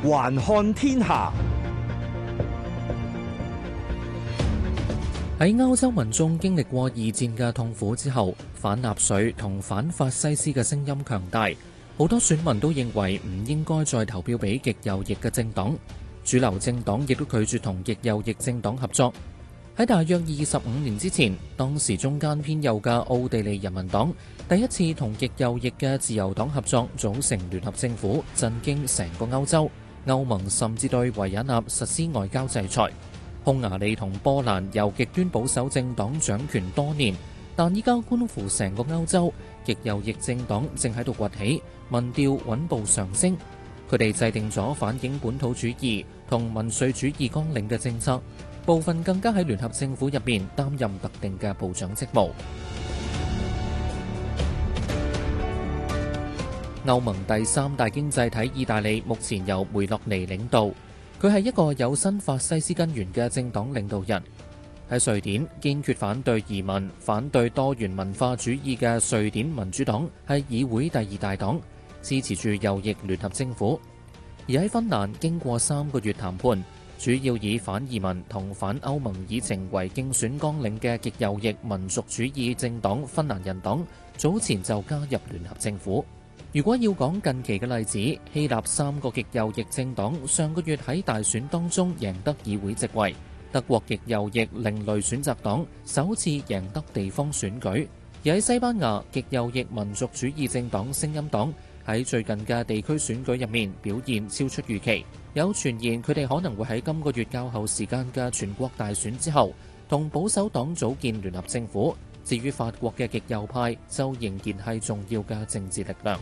環看天下。 喺歐洲民眾經歷過二戰嘅痛苦之後，反納粹同反法西斯嘅聲音強大，好多選民都認為唔應該再投票俾極右翼嘅政黨，主流政黨亦都拒絕同極右翼政黨合作。喺大約25年之前，當時中間偏右嘅奧地利人民黨第一次同極右翼嘅自由黨合作組成聯合政府，震驚成個歐洲。歐盟甚至對維也納實施外交制裁。匈牙利同波蘭由極端保守政黨掌權多年，但依家觀乎成個歐洲，極右翼政黨正喺度崛起，民調穩步上升。佢哋制定咗反映本土主義同民粹主義綱領嘅政策，部分更加喺聯合政府入面擔任特定嘅部長職務。歐盟第三大經濟體意大利目前由梅洛尼領導，佢係一個有新法西斯根源嘅政黨領導人。喺瑞典，堅決反對移民、反對多元文化主義嘅瑞典民主黨係議會第二大黨，支持住右翼聯合政府。而喺芬蘭，經過3個月談判，主要以反移民同反歐盟議程為競選綱領嘅極右翼民族主義政黨芬蘭人黨早前就加入聯合政府。如果要講近期嘅例子，希臘3個極右翼政黨上個月喺大選當中贏得議會席位，德國極右翼另類選擇黨首次贏得地方選舉，而喺西班牙，極右翼民族主義政黨聲音黨喺最近嘅地區選舉入面表現超出預期，有傳言佢哋可能會喺今個月較後時間嘅全國大選之後同保守黨組建聯合政府。至於法國嘅極右派就仍然係重要嘅政治力量。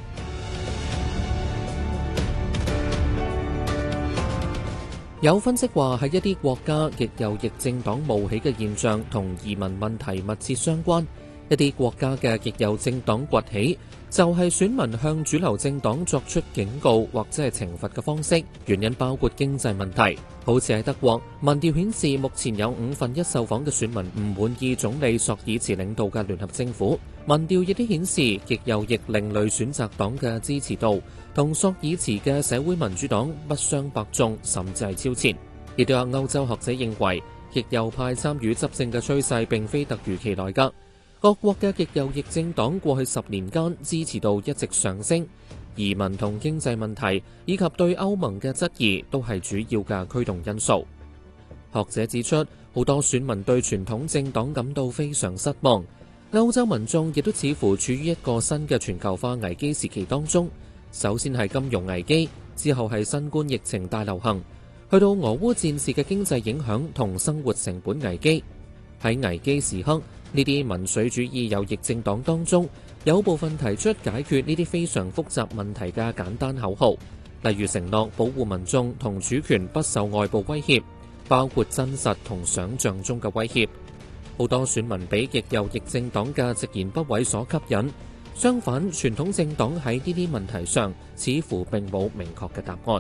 有分析話，喺一啲國家，極右翼政黨冒起嘅現象同移民問題密切相關。一啲國家嘅極右政黨崛起，就係選民向主流政黨作出警告或者係懲罰嘅方式。原因包括經濟問題，好似喺德國，民調顯示目前有1/5受訪嘅選民唔滿意總理朔爾茨領導嘅聯合政府。民調亦都顯示極右翼另類選擇黨嘅支持度同朔爾茨嘅社會民主黨不相伯仲，甚至係超前。亦都有歐洲學者認為，極右派參與執政嘅趨勢並非突如其來㗎。各國嘅極右翼政黨過去10年間支持度一直上升，移民同經濟問題以及對歐盟嘅質疑都係主要嘅驅動因素。學者指出，好多選民對傳統政黨感到非常失望。歐洲民眾亦都似乎處於一個新嘅全球化危機時期當中。首先係金融危機，之後係新冠疫情大流行，去到俄烏戰事嘅經濟影響同生活成本危機。喺危機時刻，呢啲民粹主義右翼政黨當中，有部分提出解決呢啲非常複雜問題嘅簡單口號，例如承諾保護民眾同主權不受外部威脅，包括真實同想像中嘅威脅。好多選民俾極右翼政黨嘅直言不諱所吸引，相反，傳統政黨喺呢啲問題上似乎並冇明確嘅答案。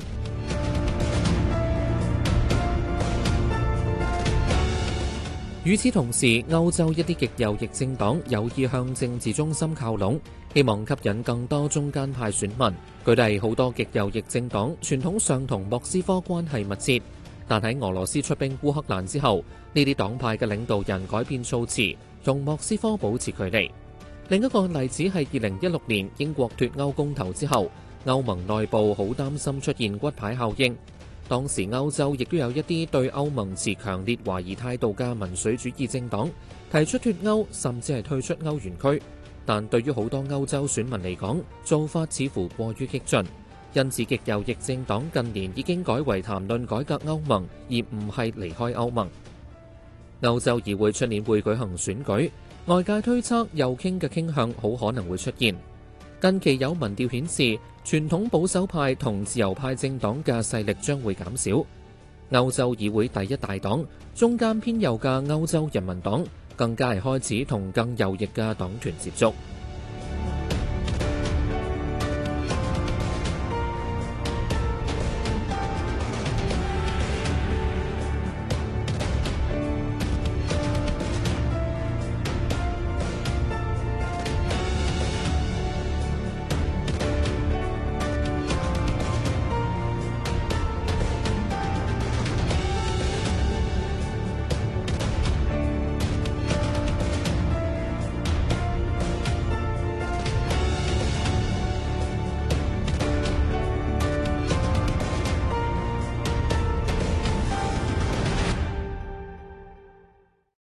與此同時，歐洲一啲極右翼政黨有意向政治中心靠攏，希望吸引更多中間派選民。佢哋好多極右翼政黨傳統上同莫斯科關係密切，但喺俄羅斯出兵烏克蘭之後，呢啲黨派嘅領導人改變措辭，同莫斯科保持距離。另一個例子係2016年英國脫歐公投之後，歐盟內部好擔心出現骨牌效應。當時歐洲亦都有一啲對歐盟持強烈懷疑態度嘅民粹主義政黨提出脫歐，甚至係退出歐元區。但對於好多歐洲選民嚟講，做法似乎過於激進，因此極右翼政黨近年已經改為談論改革歐盟，而唔係離開歐盟。歐洲議會出年會舉行選舉，外界推測右傾嘅傾向好可能會出現。近期有民調顯示，傳統保守派同自由派政黨嘅勢力將會減少。歐洲議會第一大黨中間偏右嘅歐洲人民黨更加係開始同更右翼嘅黨團接觸。